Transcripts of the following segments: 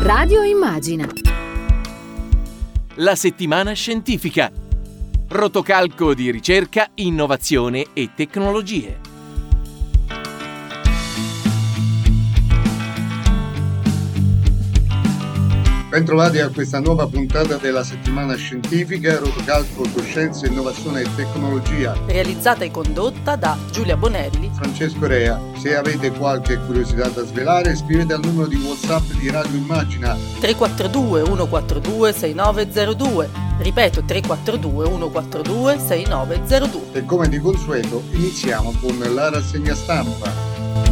Radio Immagina. La settimana scientifica. Rotocalco di ricerca, innovazione e tecnologie. Bentrovati a questa nuova puntata della settimana scientifica, Rotocalco su scienza, innovazione e tecnologia. Realizzata e condotta da Giulia Bonelli, Francesco Rea. Se avete qualche curiosità da svelare, scrivete al numero di WhatsApp di Radio Immagina 342 142 6902. Ripeto, 342 142 6902. e come di consueto iniziamo con la rassegna stampa.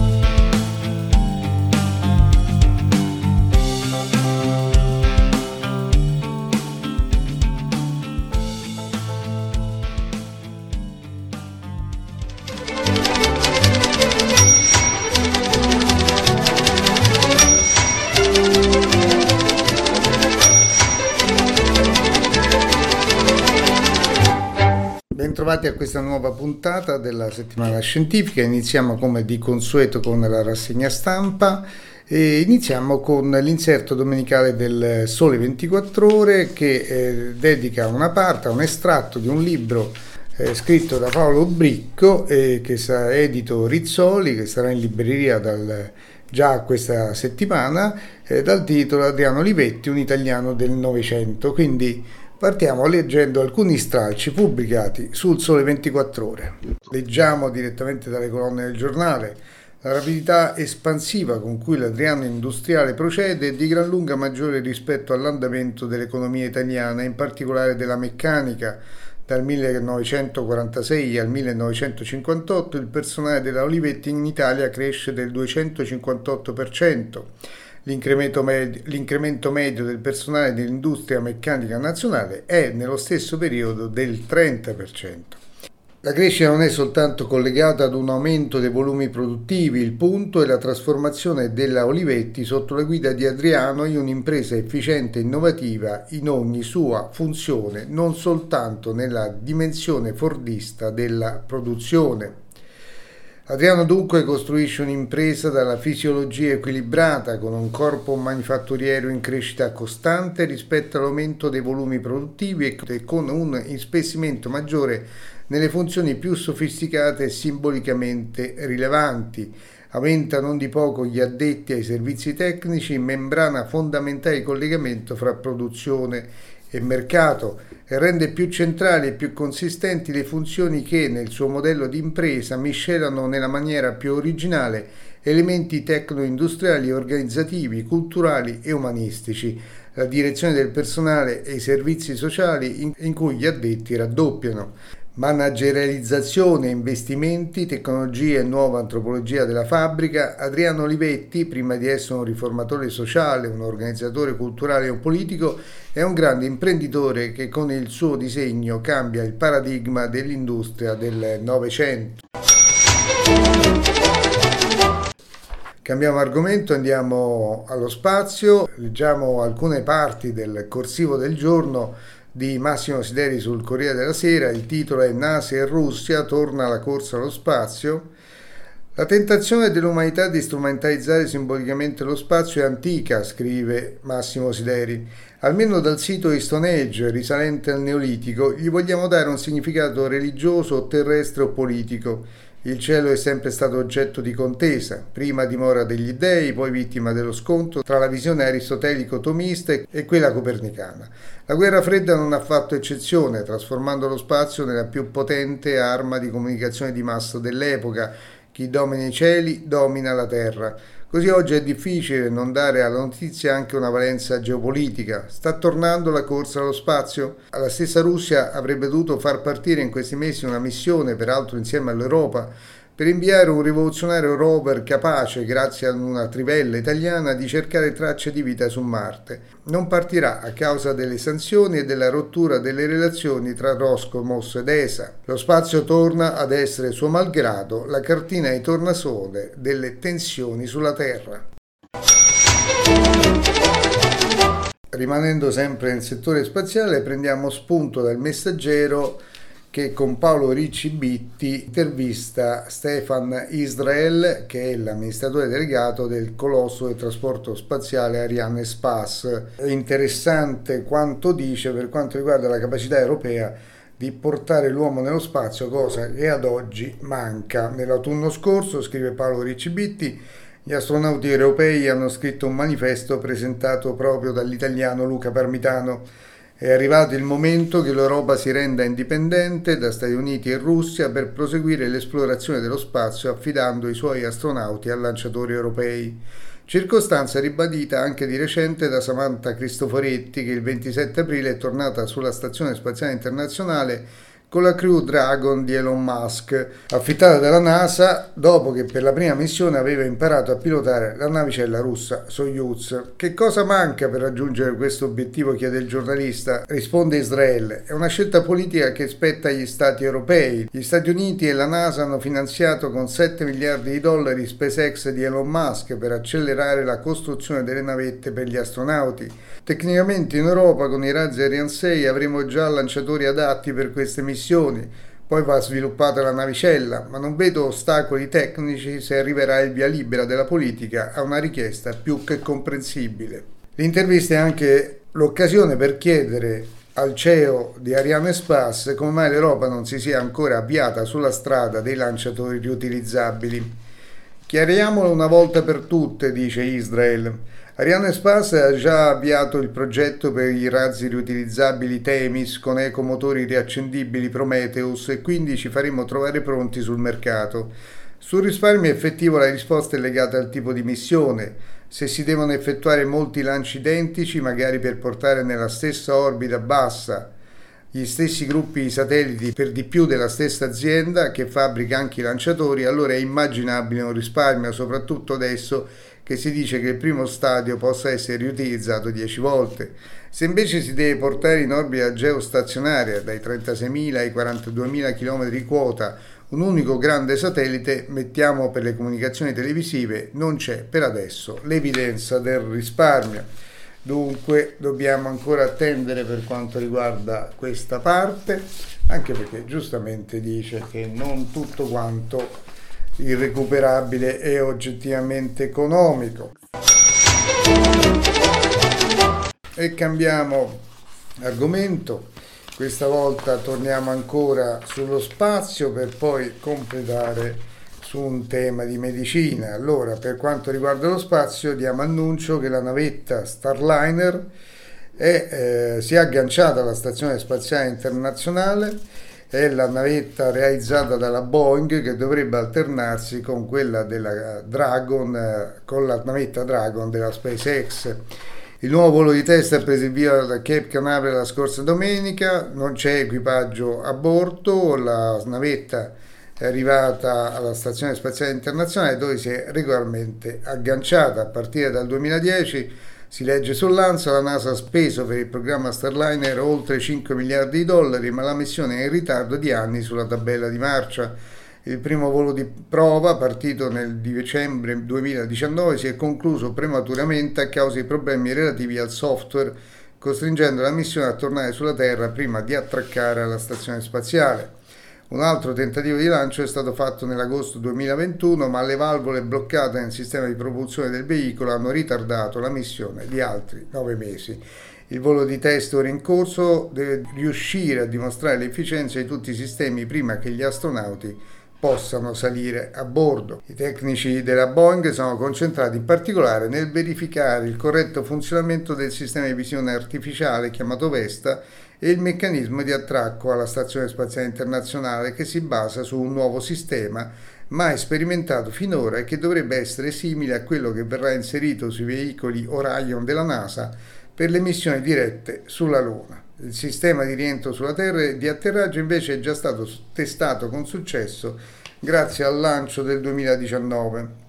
Bentrovati a questa nuova puntata della settimana scientifica. Iniziamo come di consueto con la rassegna stampa e iniziamo con l'inserto domenicale del Sole 24 Ore che dedica una parte a un estratto di un libro scritto da Paolo Bricco che sarà edito Rizzoli, che sarà in libreria già questa settimana, dal titolo Adriano Olivetti, un italiano del Novecento. Quindi partiamo leggendo alcuni stralci pubblicati sul Sole 24 Ore. Leggiamo direttamente dalle colonne del giornale. La rapidità espansiva con cui l'Adriano industriale procede è di gran lunga maggiore rispetto all'andamento dell'economia italiana, in particolare della meccanica. Dal 1946 al 1958 il personale della Olivetti in Italia cresce del 258%. L'incremento medio del personale dell'industria meccanica nazionale è nello stesso periodo del 30%. La crescita non è soltanto collegata ad un aumento dei volumi produttivi, il punto è la trasformazione della Olivetti sotto la guida di Adriano in un'impresa efficiente e innovativa in ogni sua funzione, non soltanto nella dimensione fordista della produzione. Adriano dunque costruisce un'impresa dalla fisiologia equilibrata, con un corpo manifatturiero in crescita costante rispetto all'aumento dei volumi produttivi e con un ispessimento maggiore nelle funzioni più sofisticate e simbolicamente rilevanti. Aumenta non di poco gli addetti ai servizi tecnici, membrana fondamentale di collegamento fra produzione e mercato, e rende più centrali e più consistenti le funzioni che nel suo modello di impresa miscelano nella maniera più originale elementi tecno-industriali, organizzativi, culturali e umanistici, la direzione del personale e i servizi sociali in cui gli addetti raddoppiano. Managerializzazione, investimenti, tecnologia e nuova antropologia della fabbrica. Adriano Olivetti, prima di essere un riformatore sociale, un organizzatore culturale e un politico, è un grande imprenditore che con il suo disegno cambia il paradigma dell'industria del Novecento. Cambiamo argomento, andiamo allo spazio, leggiamo alcune parti del corsivo del giorno di Massimo Sideri sul Corriere della Sera. Il titolo è NASA e Russia, torna la corsa allo spazio. La tentazione dell'umanità di strumentalizzare simbolicamente lo spazio è antica, scrive Massimo Sideri. Almeno dal sito di Stone Age, risalente al Neolitico, gli vogliamo dare un significato religioso o terrestre o politico. Il cielo è sempre stato oggetto di contesa, prima dimora degli dei, poi vittima dello scontro tra la visione aristotelico-tomista e quella copernicana. La guerra fredda non ha fatto eccezione, trasformando lo spazio nella più potente arma di comunicazione di massa dell'epoca. Chi domina i cieli domina la terra. Così oggi è difficile non dare alla notizia anche una valenza geopolitica. Sta tornando la corsa allo spazio? La stessa Russia avrebbe dovuto far partire in questi mesi una missione, peraltro insieme all'Europa, per inviare un rivoluzionario rover capace, grazie a una trivella italiana, di cercare tracce di vita su Marte. Non partirà a causa delle sanzioni e della rottura delle relazioni tra Roscosmos ed ESA. Lo spazio torna ad essere, suo malgrado, la cartina di tornasole delle tensioni sulla Terra. Rimanendo sempre nel settore spaziale, prendiamo spunto dal Messaggero che con Paolo Ricci Bitti intervista Stefan Israel, che è l'amministratore delegato del colosso del trasporto spaziale Arianespace. È interessante quanto dice per quanto riguarda la capacità europea di portare l'uomo nello spazio, cosa che ad oggi manca. Nell'autunno scorso, scrive Paolo Ricci Bitti, gli astronauti europei hanno scritto un manifesto presentato proprio dall'italiano Luca Parmitano. È arrivato il momento che l'Europa si renda indipendente da Stati Uniti e Russia per proseguire l'esplorazione dello spazio affidando i suoi astronauti a lanciatori europei. Circostanza ribadita anche di recente da Samantha Cristoforetti, che il 27 aprile è tornata sulla Stazione Spaziale Internazionale con la Crew Dragon di Elon Musk, affittata dalla NASA dopo che per la prima missione aveva imparato a pilotare la navicella russa Soyuz. Che cosa manca per raggiungere questo obiettivo, chiede il giornalista. Risponde Israele: è una scelta politica che spetta agli Stati europei. Gli Stati Uniti e la NASA hanno finanziato con 7 miliardi di dollari SpaceX di Elon Musk per accelerare la costruzione delle navette per gli astronauti. Tecnicamente in Europa con i razzi Ariane 6 avremo già lanciatori adatti per queste missioni. Poi va sviluppata la navicella, ma non vedo ostacoli tecnici se arriverà il via libera della politica a una richiesta più che comprensibile. L'intervista è anche l'occasione per chiedere al CEO di Arianespace come mai l'Europa non si sia ancora avviata sulla strada dei lanciatori riutilizzabili. Chiariamolo una volta per tutte, dice Israel. Arianespace ha già avviato il progetto per i razzi riutilizzabili Themis con ecomotori riaccendibili Prometheus e quindi ci faremo trovare pronti sul mercato. Sul risparmio effettivo la risposta è legata al tipo di missione. Se si devono effettuare molti lanci identici, magari per portare nella stessa orbita bassa gli stessi gruppi di satelliti per di più della stessa azienda che fabbrica anche i lanciatori, allora è immaginabile un risparmio, soprattutto adesso che si dice che il primo stadio possa essere riutilizzato 10 volte. Se invece si deve portare in orbita geostazionaria dai 36.000 ai 42.000 km di quota un unico grande satellite, mettiamo per le comunicazioni televisive, non c'è per adesso l'evidenza del risparmio. Dunque dobbiamo ancora attendere per quanto riguarda questa parte, anche perché giustamente dice che non tutto quanto irrecuperabile è oggettivamente economico. E cambiamo argomento, questa volta torniamo ancora sullo spazio per poi completare su un tema di medicina. Allora, per quanto riguarda lo spazio, diamo annuncio che la navetta Starliner si è agganciata alla Stazione Spaziale Internazionale. È la navetta realizzata dalla Boeing che dovrebbe alternarsi con quella della Dragon, con la navetta Dragon della SpaceX. Il nuovo volo di test ha preso il via da Cape Canaveral la scorsa domenica, non c'è equipaggio a bordo, la navetta è arrivata alla Stazione Spaziale Internazionale dove si è regolarmente agganciata. A partire dal 2010, si legge sull'ANSA, la NASA ha speso per il programma Starliner oltre 5 miliardi di dollari, ma la missione è in ritardo di anni sulla tabella di marcia. Il primo volo di prova, partito nel dicembre 2019, si è concluso prematuramente a causa di problemi relativi al software, costringendo la missione a tornare sulla Terra prima di attraccare alla stazione spaziale. Un altro tentativo di lancio è stato fatto nell'agosto 2021, ma le valvole bloccate nel sistema di propulsione del veicolo hanno ritardato la missione di altri 9 mesi. Il volo di test ora in corso deve riuscire a dimostrare l'efficienza di tutti i sistemi prima che gli astronauti possano salire a bordo. I tecnici della Boeing sono concentrati in particolare nel verificare il corretto funzionamento del sistema di visione artificiale chiamato Vesta e il meccanismo di attracco alla Stazione Spaziale Internazionale, che si basa su un nuovo sistema mai sperimentato finora e che dovrebbe essere simile a quello che verrà inserito sui veicoli Orion della NASA per le missioni dirette sulla Luna. Il sistema di rientro sulla Terra e di atterraggio invece è già stato testato con successo grazie al lancio del 2019.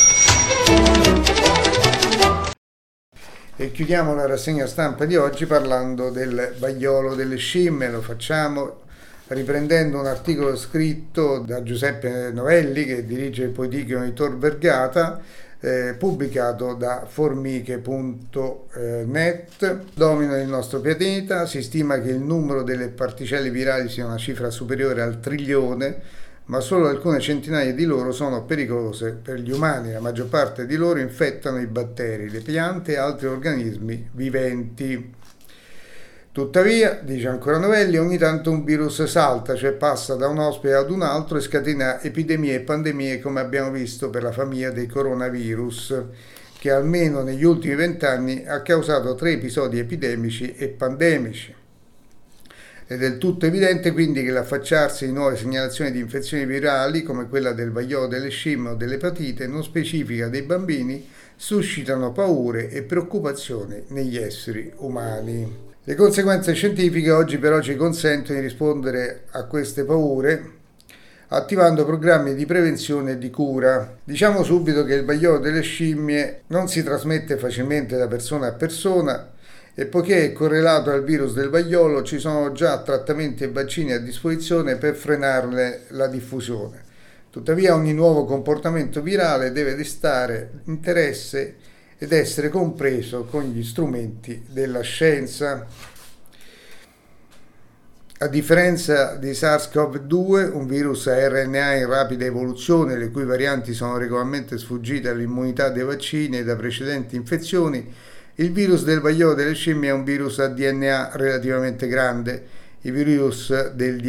E chiudiamo la rassegna stampa di oggi parlando del vaiolo delle scimmie. Lo facciamo riprendendo un articolo scritto da Giuseppe Novelli, che dirige il Poetichino di Tor Vergata, pubblicato da formiche.net. Dominano il nostro pianeta, si stima che il numero delle particelle virali sia una cifra superiore al trilione, ma solo alcune centinaia di loro sono pericolose per gli umani. La maggior parte di loro infettano i batteri, le piante e altri organismi viventi. Tuttavia, dice ancora Novelli, ogni tanto un virus salta, cioè passa da un ospite ad un altro e scatena epidemie e pandemie, come abbiamo visto per la famiglia dei coronavirus, che almeno negli ultimi 20 anni ha causato 3 episodi epidemici e pandemici. È del tutto evidente quindi che l'affacciarsi di nuove segnalazioni di infezioni virali, come quella del vaiolo delle scimmie o dell'epatite non specifica dei bambini, suscitano paure e preoccupazioni negli esseri umani. Le conseguenze scientifiche oggi però ci consentono di rispondere a queste paure attivando programmi di prevenzione e di cura. Diciamo subito che il vaiolo delle scimmie non si trasmette facilmente da persona a persona e poiché è correlato al virus del vaiolo ci sono già trattamenti e vaccini a disposizione per frenarne la diffusione. Tuttavia ogni nuovo comportamento virale deve destare interesse ed essere compreso con gli strumenti della scienza. A differenza di SARS-CoV-2, un virus a RNA in rapida evoluzione, le cui varianti sono regolarmente sfuggite all'immunità dei vaccini e da precedenti infezioni, il virus del vaiolo delle scimmie è un virus a DNA relativamente grande. I virus del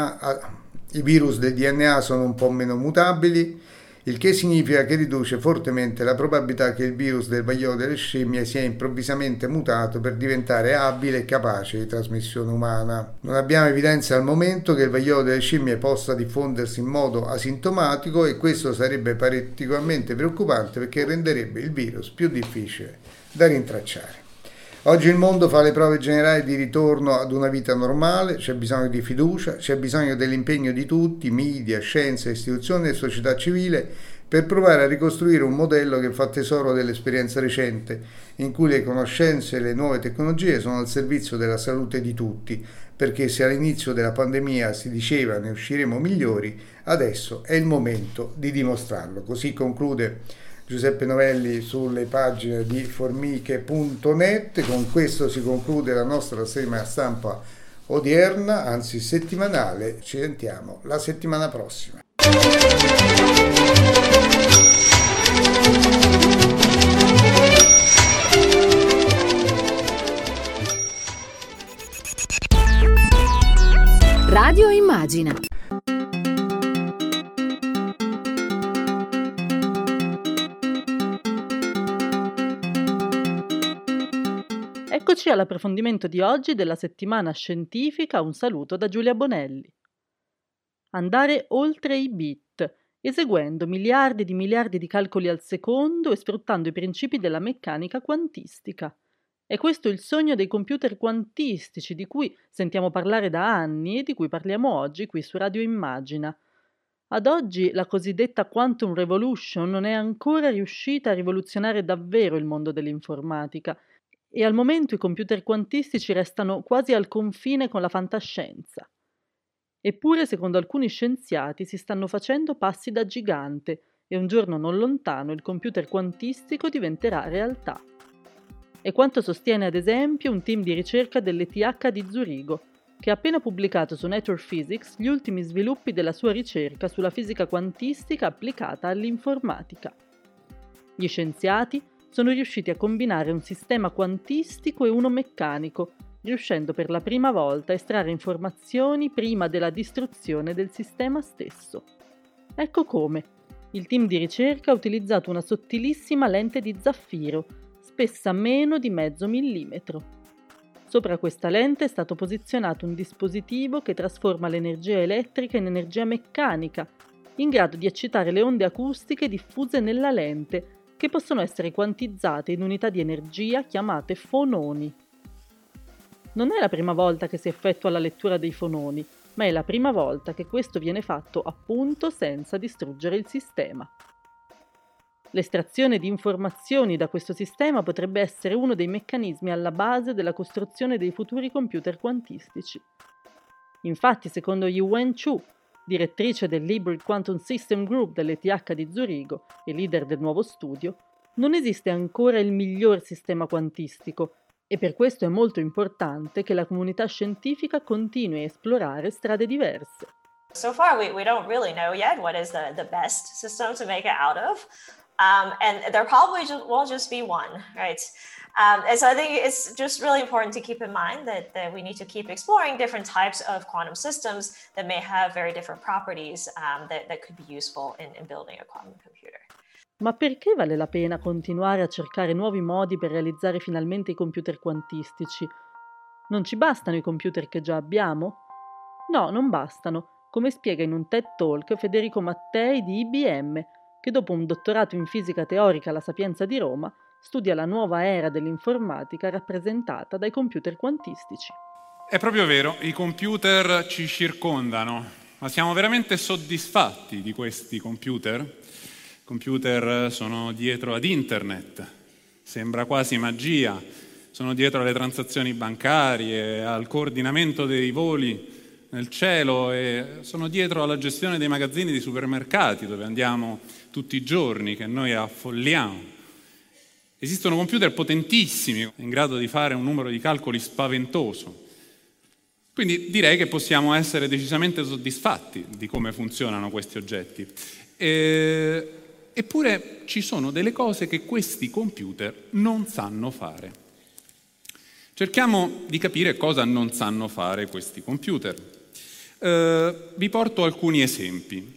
DNA sono un po' meno mutabili, il che significa che riduce fortemente la probabilità che il virus del vaiolo delle scimmie sia improvvisamente mutato per diventare abile e capace di trasmissione umana. Non abbiamo evidenza al momento che il vaiolo delle scimmie possa diffondersi in modo asintomatico e questo sarebbe particolarmente preoccupante perché renderebbe il virus più difficile da rintracciare. Oggi il mondo fa le prove generali di ritorno ad una vita normale, c'è bisogno di fiducia, c'è bisogno dell'impegno di tutti, media, scienza, istituzioni e società civile, per provare a ricostruire un modello che fa tesoro dell'esperienza recente, in cui le conoscenze e le nuove tecnologie sono al servizio della salute di tutti, perché se all'inizio della pandemia si diceva ne usciremo migliori, adesso è il momento di dimostrarlo. Così conclude Giuseppe Novelli sulle pagine di formiche.net. Con questo si conclude la nostra rassegna stampa odierna, anzi settimanale. Ci sentiamo la settimana prossima. Radio Immagina. Eccoci all'approfondimento di oggi della settimana scientifica. Un saluto da Giulia Bonelli. Andare oltre i bit, eseguendo miliardi di calcoli al secondo e sfruttando i principi della meccanica quantistica. È questo il sogno dei computer quantistici di cui sentiamo parlare da anni e di cui parliamo oggi qui su Radio Immagina. Ad oggi la cosiddetta Quantum Revolution non è ancora riuscita a rivoluzionare davvero il mondo dell'informatica e al momento i computer quantistici restano quasi al confine con la fantascienza. Eppure, secondo alcuni scienziati, si stanno facendo passi da gigante e un giorno non lontano il computer quantistico diventerà realtà. È quanto sostiene ad esempio un team di ricerca dell'ETH di Zurigo, che ha appena pubblicato su Nature Physics gli ultimi sviluppi della sua ricerca sulla fisica quantistica applicata all'informatica. Gli scienziati sono riusciti a combinare un sistema quantistico e uno meccanico, riuscendo per la prima volta a estrarre informazioni prima della distruzione del sistema stesso. Ecco come. Il team di ricerca ha utilizzato una sottilissima lente di zaffiro, spessa meno di mezzo millimetro. Sopra questa lente è stato posizionato un dispositivo che trasforma l'energia elettrica in energia meccanica, in grado di eccitare le onde acustiche diffuse nella lente, che possono essere quantizzate in unità di energia chiamate fononi. Non è la prima volta che si effettua la lettura dei fononi, ma è la prima volta che questo viene fatto appunto senza distruggere il sistema. L'estrazione di informazioni da questo sistema potrebbe essere uno dei meccanismi alla base della costruzione dei futuri computer quantistici. Infatti, secondo Yiwen Chu, direttrice dell'Hybrid Quantum System Group dell'ETH di Zurigo e leader del nuovo studio, non esiste ancora il miglior sistema quantistico e per questo è molto importante che la comunità scientifica continui a esplorare strade diverse. So far, we don't really know yet what is the best system to make it out of. And there probably won't just be one, right? And so I think it's just really important to keep in mind that we need to keep exploring different types of quantum systems that may have very different properties that could be useful in building a quantum computer. Ma perché vale la pena continuare a cercare nuovi modi per realizzare finalmente i computer quantistici? Non ci bastano i computer che già abbiamo? No, non bastano, come spiega in un TED Talk Federico Mattei di IBM, che dopo un dottorato in fisica teorica alla Sapienza di Roma studia la nuova era dell'informatica rappresentata dai computer quantistici. È proprio vero, i computer ci circondano, ma siamo veramente soddisfatti di questi computer? I computer sono dietro ad internet, sembra quasi magia, sono dietro alle transazioni bancarie, al coordinamento dei voli nel cielo e sono dietro alla gestione dei magazzini di supermercati dove andiamo tutti i giorni, che noi affolliamo. Esistono computer potentissimi, in grado di fare un numero di calcoli spaventoso. Quindi direi che possiamo essere decisamente soddisfatti di come funzionano questi oggetti. Eppure ci sono delle cose che questi computer non sanno fare. Cerchiamo di capire cosa non sanno fare questi computer. Vi porto alcuni esempi.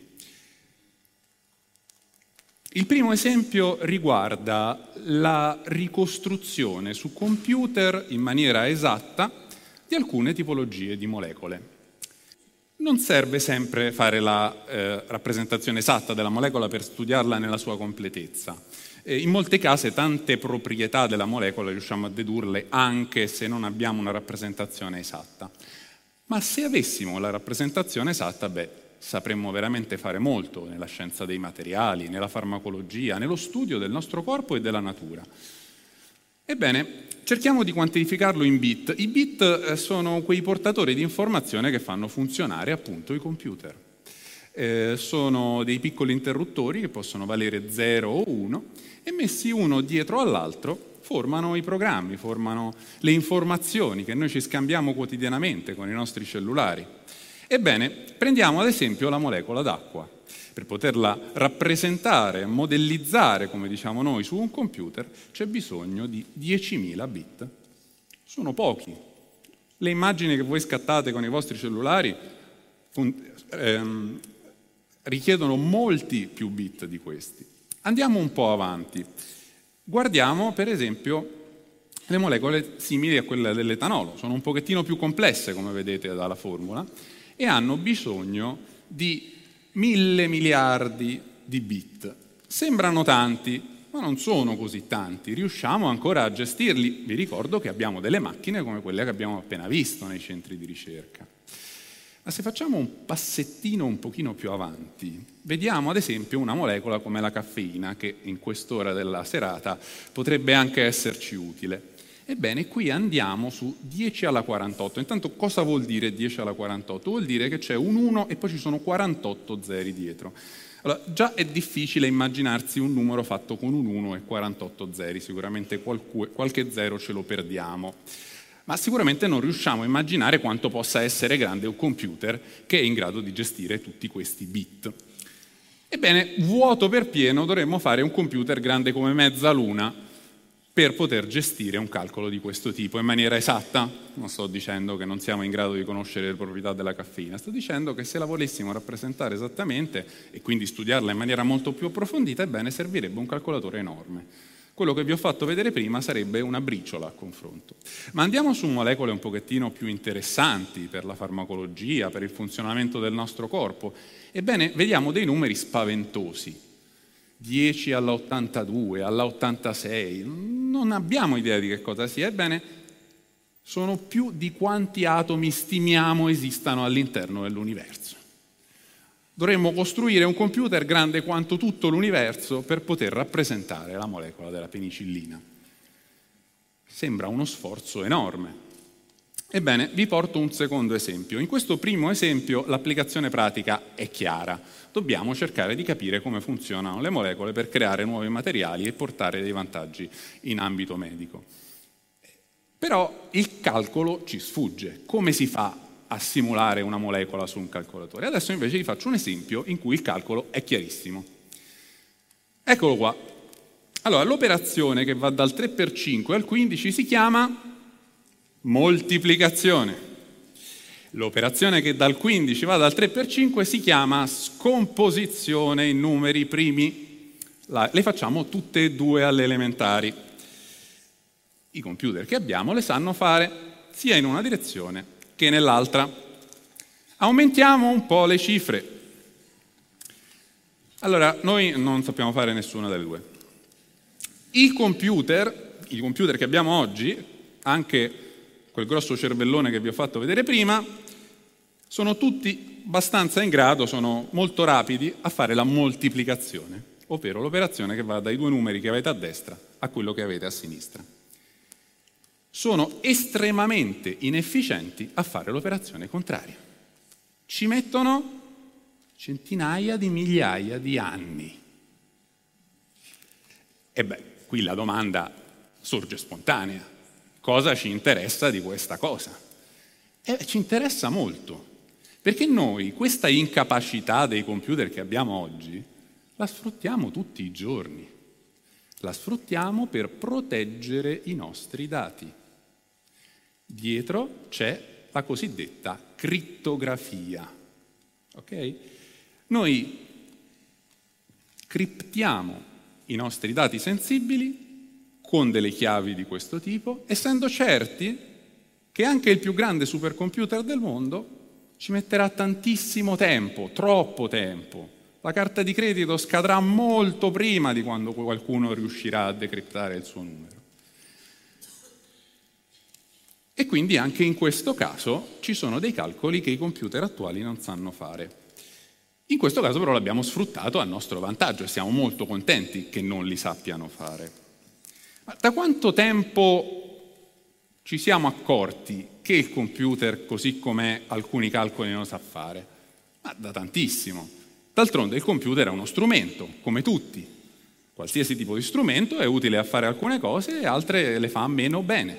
Il primo esempio riguarda la ricostruzione su computer in maniera esatta di alcune tipologie di molecole. Non serve sempre fare la rappresentazione esatta della molecola per studiarla nella sua completezza. In molti casi tante proprietà della molecola riusciamo a dedurle anche se non abbiamo una rappresentazione esatta. Ma se avessimo la rappresentazione esatta, sapremmo veramente fare molto nella scienza dei materiali, nella farmacologia, nello studio del nostro corpo e della natura. Ebbene, cerchiamo di quantificarlo in bit. I bit sono quei portatori di informazione che fanno funzionare appunto i computer. Sono dei piccoli interruttori che possono valere 0 o 1 e messi uno dietro all'altro formano i programmi, formano le informazioni che noi ci scambiamo quotidianamente con i nostri cellulari. Ebbene, prendiamo ad esempio la molecola d'acqua. Per poterla rappresentare, modellizzare, come diciamo noi, su un computer, c'è bisogno di 10.000 bit. Sono pochi. Le immagini che voi scattate con i vostri cellulari richiedono molti più bit di questi. Andiamo un po' avanti. Guardiamo, per esempio, le molecole simili a quelle dell'etanolo. Sono un pochettino più complesse, come vedete dalla formula, e hanno bisogno di 1.000 miliardi di bit. Sembrano tanti, ma non sono così tanti. Riusciamo ancora a gestirli. Vi ricordo che abbiamo delle macchine come quelle che abbiamo appena visto nei centri di ricerca. Ma se facciamo un passettino un pochino più avanti, vediamo ad esempio una molecola come la caffeina, che in quest'ora della serata potrebbe anche esserci utile. Ebbene, qui andiamo su 10 alla 48. Intanto cosa vuol dire 10 alla 48? Vuol dire che c'è un 1 e poi ci sono 48 zeri dietro. Allora, già è difficile immaginarsi un numero fatto con un 1 e 48 zeri, sicuramente qualche zero ce lo perdiamo. Ma sicuramente non riusciamo a immaginare quanto possa essere grande un computer che è in grado di gestire tutti questi bit. Ebbene, vuoto per pieno dovremmo fare un computer grande come mezza luna per poter gestire un calcolo di questo tipo in maniera esatta. Non sto dicendo che non siamo in grado di conoscere le proprietà della caffeina, sto dicendo che se la volessimo rappresentare esattamente e quindi studiarla in maniera molto più approfondita, ebbene servirebbe un calcolatore enorme. Quello che vi ho fatto vedere prima sarebbe una briciola a confronto. Ma andiamo su molecole un pochettino più interessanti per la farmacologia, per il funzionamento del nostro corpo. Ebbene, vediamo dei numeri spaventosi. 10 alla 82, alla 86, non abbiamo idea di che cosa sia. Ebbene, sono più di quanti atomi stimiamo esistano all'interno dell'universo. Dovremmo costruire un computer grande quanto tutto l'universo per poter rappresentare la molecola della penicillina. Sembra uno sforzo enorme. Ebbene, vi porto un secondo esempio. In questo primo esempio l'applicazione pratica è chiara. Dobbiamo cercare di capire come funzionano le molecole per creare nuovi materiali e portare dei vantaggi in ambito medico. Però il calcolo ci sfugge. Come si fa a simulare una molecola su un calcolatore? Adesso invece vi faccio un esempio in cui il calcolo è chiarissimo. Eccolo qua. Allora, l'operazione che va dal 3 per 5 al 15 si chiama moltiplicazione. L'operazione che dal 15 va dal 3 per 5 si chiama scomposizione in numeri primi. Le facciamo tutte e due alle elementari. I computer che abbiamo le sanno fare sia in una direzione che nell'altra. Aumentiamo un po' le cifre. Allora, noi non sappiamo fare nessuna delle due. I computer che abbiamo oggi, anche quel grosso cervellone che vi ho fatto vedere prima, sono tutti abbastanza in grado, sono molto rapidi a fare la moltiplicazione, ovvero l'operazione che va dai due numeri che avete a destra a quello che avete a sinistra. Sono estremamente inefficienti a fare l'operazione contraria. Ci mettono centinaia di migliaia di anni. E beh, qui la domanda sorge spontanea. Cosa ci interessa di questa cosa? Ci interessa molto, perché noi questa incapacità dei computer che abbiamo oggi la sfruttiamo tutti i giorni. La sfruttiamo per proteggere i nostri dati. Dietro c'è la cosiddetta crittografia. Ok? Noi criptiamo i nostri dati sensibili con delle chiavi di questo tipo, essendo certi che anche il più grande supercomputer del mondo ci metterà tantissimo tempo, troppo tempo. La carta di credito scadrà molto prima di quando qualcuno riuscirà a decriptare il suo numero. E quindi anche in questo caso ci sono dei calcoli che i computer attuali non sanno fare. In questo caso però l'abbiamo sfruttato a nostro vantaggio e siamo molto contenti che non li sappiano fare. Ma da quanto tempo ci siamo accorti che il computer, così com'è, alcuni calcoli non sa fare? Ma da tantissimo. D'altronde il computer è uno strumento, come tutti. Qualsiasi tipo di strumento è utile a fare alcune cose e altre le fa meno bene.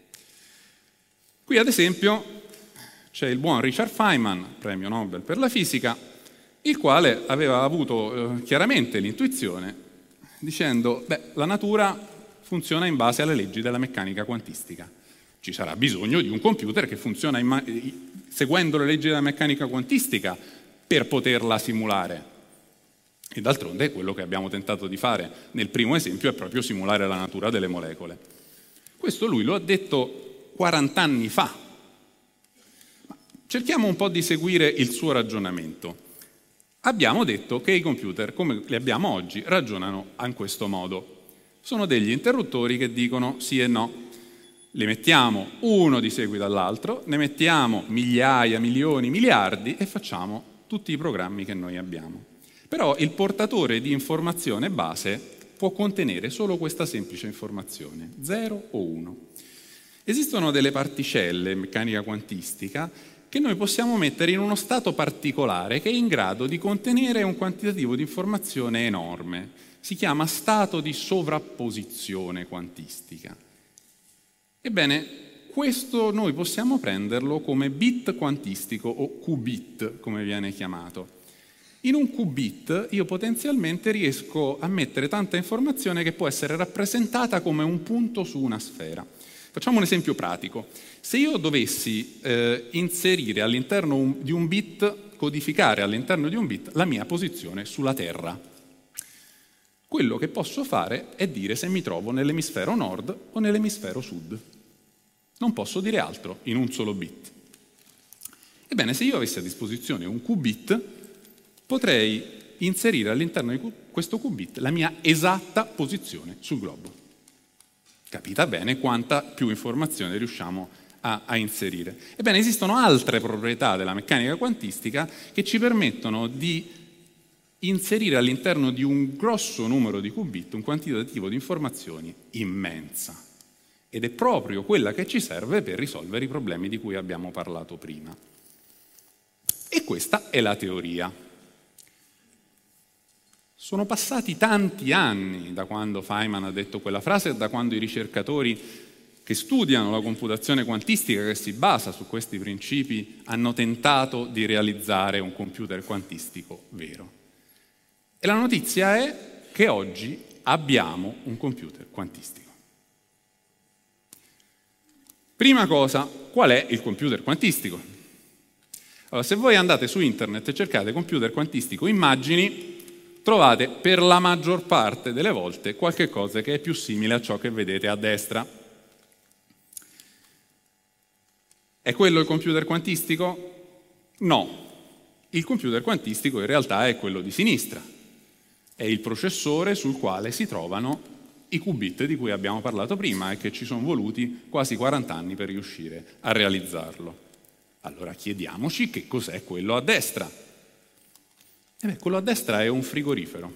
Qui ad esempio c'è il buon Richard Feynman, premio Nobel per la fisica, il quale aveva avuto chiaramente l'intuizione dicendo: la natura funziona in base alle leggi della meccanica quantistica. Ci sarà bisogno di un computer che funziona seguendo le leggi della meccanica quantistica per poterla simulare. E d'altronde quello che abbiamo tentato di fare nel primo esempio è proprio simulare la natura delle molecole. Questo lui lo ha detto 40 anni fa. Ma cerchiamo un po' di seguire il suo ragionamento. Abbiamo detto che i computer, come li abbiamo oggi, ragionano in questo modo. Sono degli interruttori che dicono sì e no. Li mettiamo uno di seguito all'altro, ne mettiamo migliaia, milioni, miliardi e facciamo tutti i programmi che noi abbiamo. Però il portatore di informazione base può contenere solo questa semplice informazione, 0 o 1. Esistono delle particelle in meccanica quantistica che noi possiamo mettere in uno stato particolare che è in grado di contenere un quantitativo di informazione enorme. Si chiama stato di sovrapposizione quantistica. Ebbene, questo noi possiamo prenderlo come bit quantistico o qubit, come viene chiamato. In un qubit io potenzialmente riesco a mettere tanta informazione che può essere rappresentata come un punto su una sfera. Facciamo un esempio pratico. Se io dovessi inserire all'interno di un bit, codificare all'interno di un bit la mia posizione sulla Terra, quello che posso fare è dire se mi trovo nell'emisfero nord o nell'emisfero sud. Non posso dire altro in un solo bit. Ebbene, se io avessi a disposizione un qubit, potrei inserire all'interno di questo qubit la mia esatta posizione sul globo. Capita bene quanta più informazione riusciamo a inserire. Ebbene, esistono altre proprietà della meccanica quantistica che ci permettono di inserire all'interno di un grosso numero di qubit un quantitativo di informazioni immensa. ed è proprio quella che ci serve per risolvere i problemi di cui abbiamo parlato prima. E questa è la teoria. Sono passati tanti anni da quando Feynman ha detto quella frase e da quando i ricercatori che studiano la computazione quantistica, che si basa su questi principi, hanno tentato di realizzare un computer quantistico vero. E la notizia è che oggi abbiamo un computer quantistico. Prima cosa, qual è il computer quantistico? Allora, se voi andate su internet e cercate computer quantistico immagini, trovate per la maggior parte delle volte qualche cosa che è più simile a ciò che vedete a destra. È quello il computer quantistico? No. Il computer quantistico in realtà è quello di sinistra. È il processore sul quale si trovano i qubit di cui abbiamo parlato prima e che ci sono voluti quasi 40 anni per riuscire a realizzarlo. Allora chiediamoci che cos'è quello a destra. Quello a destra è un frigorifero.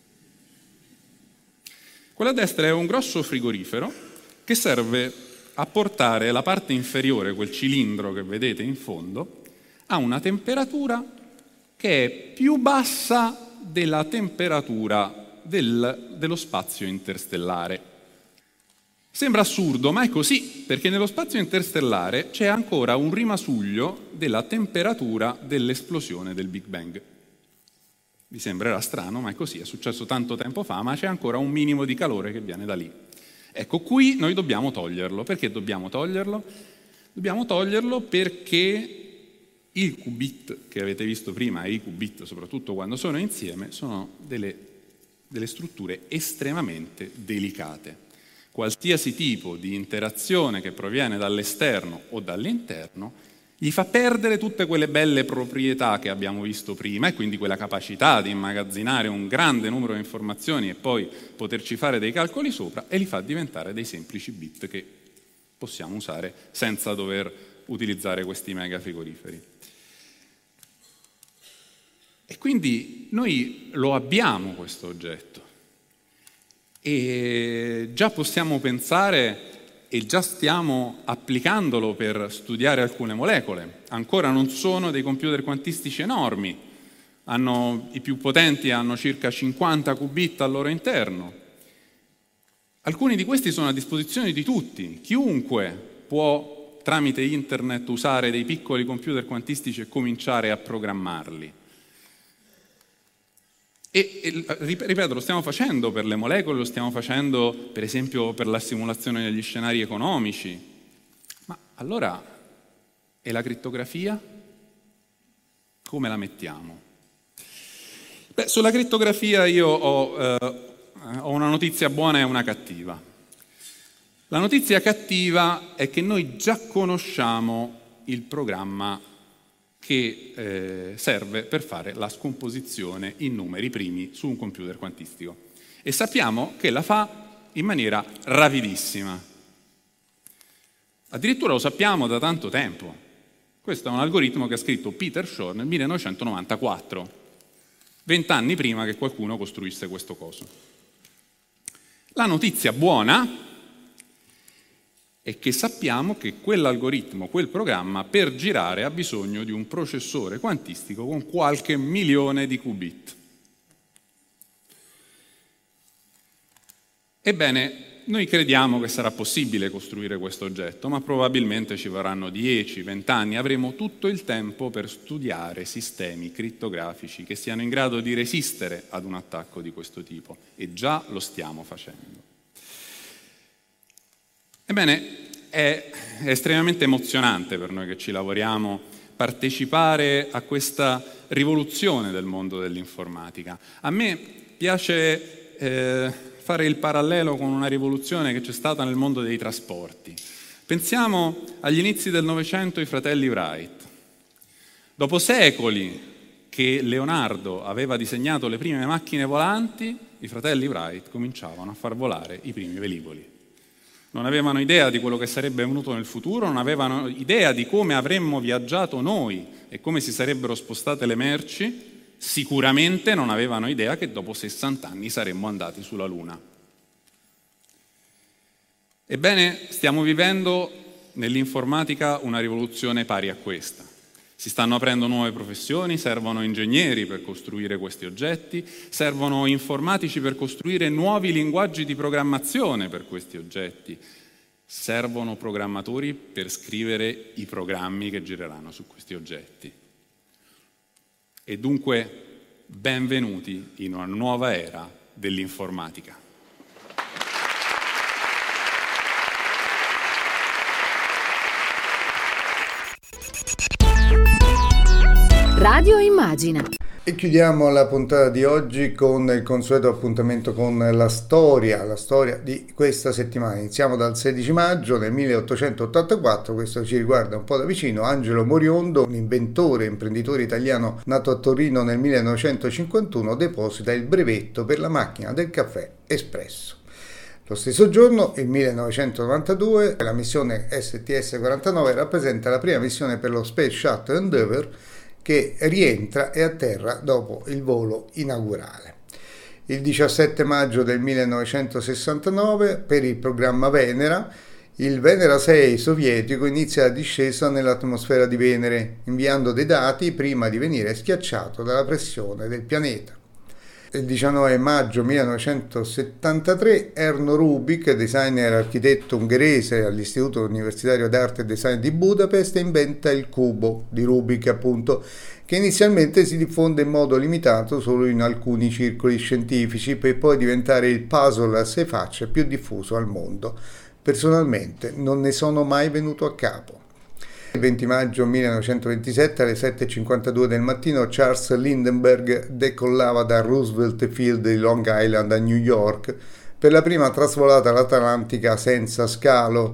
Quello a destra è un grosso frigorifero che serve a portare la parte inferiore, quel cilindro che vedete in fondo, a una temperatura che è più bassa della temperatura dello spazio interstellare. Sembra assurdo, ma è così, perché nello spazio interstellare c'è ancora un rimasuglio della temperatura dell'esplosione del Big Bang. Vi sembrerà strano, ma è così, è successo tanto tempo fa, ma c'è ancora un minimo di calore che viene da lì. Ecco, qui noi dobbiamo toglierlo. Perché dobbiamo toglierlo? Dobbiamo toglierlo perché i qubit che avete visto prima e i qubit, soprattutto quando sono insieme, sono delle strutture estremamente delicate. Qualsiasi tipo di interazione che proviene dall'esterno o dall'interno gli fa perdere tutte quelle belle proprietà che abbiamo visto prima e quindi quella capacità di immagazzinare un grande numero di informazioni e poi poterci fare dei calcoli sopra, e li fa diventare dei semplici bit che possiamo usare senza dover utilizzare questi mega frigoriferi. E quindi noi lo abbiamo questo oggetto. E già possiamo pensare e già stiamo applicandolo per studiare alcune molecole. Ancora non sono dei computer quantistici enormi, i più potenti hanno circa 50 qubit al loro interno. Alcuni di questi sono a disposizione di tutti, chiunque può tramite internet usare dei piccoli computer quantistici e cominciare a programmarli. E ripeto, lo stiamo facendo per le molecole, lo stiamo facendo per esempio per la simulazione degli scenari economici. Ma allora, e la crittografia? Come la mettiamo? Sulla crittografia io ho una notizia buona e una cattiva. La notizia cattiva è che noi già conosciamo il programma che serve per fare la scomposizione in numeri primi su un computer quantistico. E sappiamo che la fa in maniera rapidissima. Addirittura lo sappiamo da tanto tempo. Questo è un algoritmo che ha scritto Peter Shor nel 1994, 20 anni prima che qualcuno costruisse questo coso. La notizia buona è che sappiamo che quell'algoritmo, quel programma, per girare ha bisogno di un processore quantistico con qualche milione di qubit. Ebbene, noi crediamo che sarà possibile costruire questo oggetto, ma probabilmente ci vorranno 10-20 anni. Avremo tutto il tempo per studiare sistemi crittografici che siano in grado di resistere ad un attacco di questo tipo, e già lo stiamo facendo. Ebbene, è estremamente emozionante per noi che ci lavoriamo partecipare a questa rivoluzione del mondo dell'informatica. A me piace fare il parallelo con una rivoluzione che c'è stata nel mondo dei trasporti. Pensiamo agli inizi del Novecento, i fratelli Wright. Dopo secoli che Leonardo aveva disegnato le prime macchine volanti, i fratelli Wright cominciavano a far volare i primi velivoli. Non avevano idea di quello che sarebbe venuto nel futuro, non avevano idea di come avremmo viaggiato noi e come si sarebbero spostate le merci, sicuramente non avevano idea che dopo 60 anni saremmo andati sulla Luna. Ebbene, stiamo vivendo nell'informatica una rivoluzione pari a questa. Si stanno aprendo nuove professioni, servono ingegneri per costruire questi oggetti, servono informatici per costruire nuovi linguaggi di programmazione per questi oggetti, servono programmatori per scrivere i programmi che gireranno su questi oggetti. E dunque, benvenuti in una nuova era dell'informatica. Radio Immagina. E chiudiamo la puntata di oggi con il consueto appuntamento con la storia di questa settimana. Iniziamo dal 16 maggio del 1884, questo ci riguarda un po' da vicino. Angelo Moriondo, un inventore e imprenditore italiano nato a Torino nel 1951, deposita il brevetto per la macchina del caffè espresso. Lo stesso giorno, il 1992, la missione STS-49 rappresenta la prima missione per lo Space Shuttle Endeavour, che rientra e atterra dopo il volo inaugurale. Il 17 maggio del 1969, per il programma Venera, il Venera 6 sovietico inizia la discesa nell'atmosfera di Venere, inviando dei dati prima di venire schiacciato dalla pressione del pianeta. Il 19 maggio 1973 Erno Rubik, designer e architetto ungherese all'Istituto Universitario d'Arte e Design di Budapest, inventa il cubo di Rubik, appunto, che inizialmente si diffonde in modo limitato solo in alcuni circoli scientifici per poi diventare il puzzle a 6 facce più diffuso al mondo. Personalmente non ne sono mai venuto a capo. Il 20 maggio 1927 alle 7:52 del mattino Charles Lindbergh decollava da Roosevelt Field di Long Island a New York per la prima trasvolata atlantica senza scalo.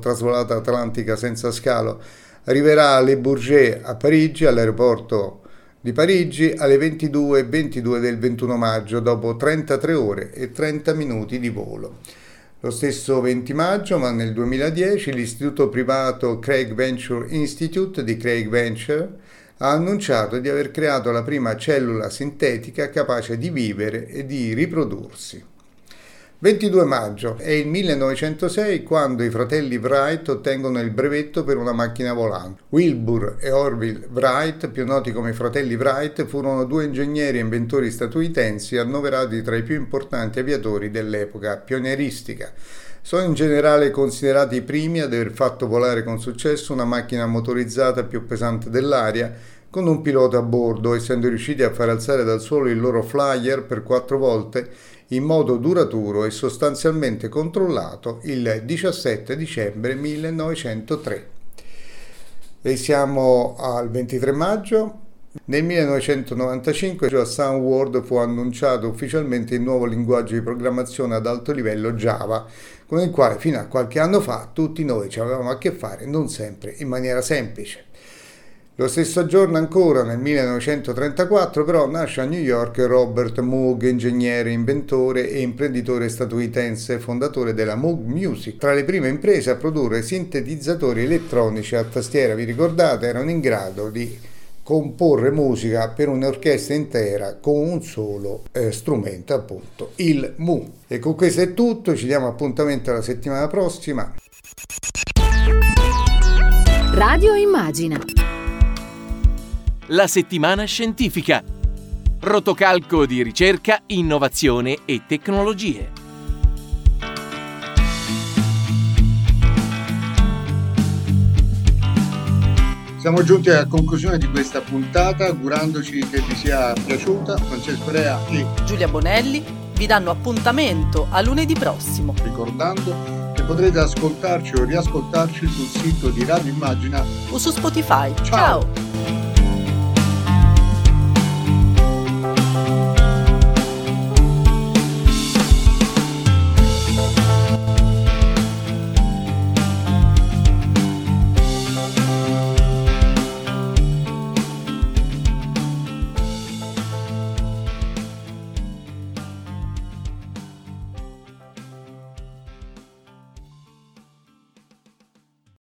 Arriverà a Le Bourget a Parigi, all'aeroporto di Parigi, alle 22:22 del 21 maggio, dopo 33 ore e 30 minuti di volo. Lo stesso 20 maggio, ma nel 2010, l'istituto privato Craig Venture Institute di Craig Venture ha annunciato di aver creato la prima cellula sintetica capace di vivere e di riprodursi. 22 maggio è il 1906 quando i fratelli Wright ottengono il brevetto per una macchina volante. Wilbur e Orville Wright, più noti come fratelli Wright, furono 2 ingegneri e inventori statunitensi annoverati tra i più importanti aviatori dell'epoca pionieristica. Sono in generale considerati i primi ad aver fatto volare con successo una macchina motorizzata più pesante dell'aria, con un pilota a bordo, essendo riusciti a far alzare dal suolo il loro flyer per 4 volte in modo duraturo e sostanzialmente controllato il 17 dicembre 1903. E siamo al 23 maggio. Nel 1995 a Sunward fu annunciato ufficialmente il nuovo linguaggio di programmazione ad alto livello Java, con il quale fino a qualche anno fa tutti noi ci avevamo a che fare, non sempre in maniera semplice. Lo stesso giorno ancora, nel 1934, però, nasce a New York Robert Moog, ingegnere, inventore e imprenditore statunitense, fondatore della Moog Music. Tra le prime imprese a produrre sintetizzatori elettronici a tastiera, vi ricordate, erano in grado di comporre musica per un'orchestra intera con un solo strumento, appunto, il Mu. E con questo è tutto, ci diamo appuntamento alla settimana prossima. Radio Immagina. La settimana scientifica. Rotocalco di ricerca, innovazione e tecnologie. Siamo giunti alla conclusione di questa puntata, augurandoci che vi sia piaciuta. Francesco Rea e Giulia Bonelli vi danno appuntamento a lunedì prossimo, ricordando che potrete ascoltarci o riascoltarci sul sito di Radio Immagina o su Spotify. Ciao. Ciao.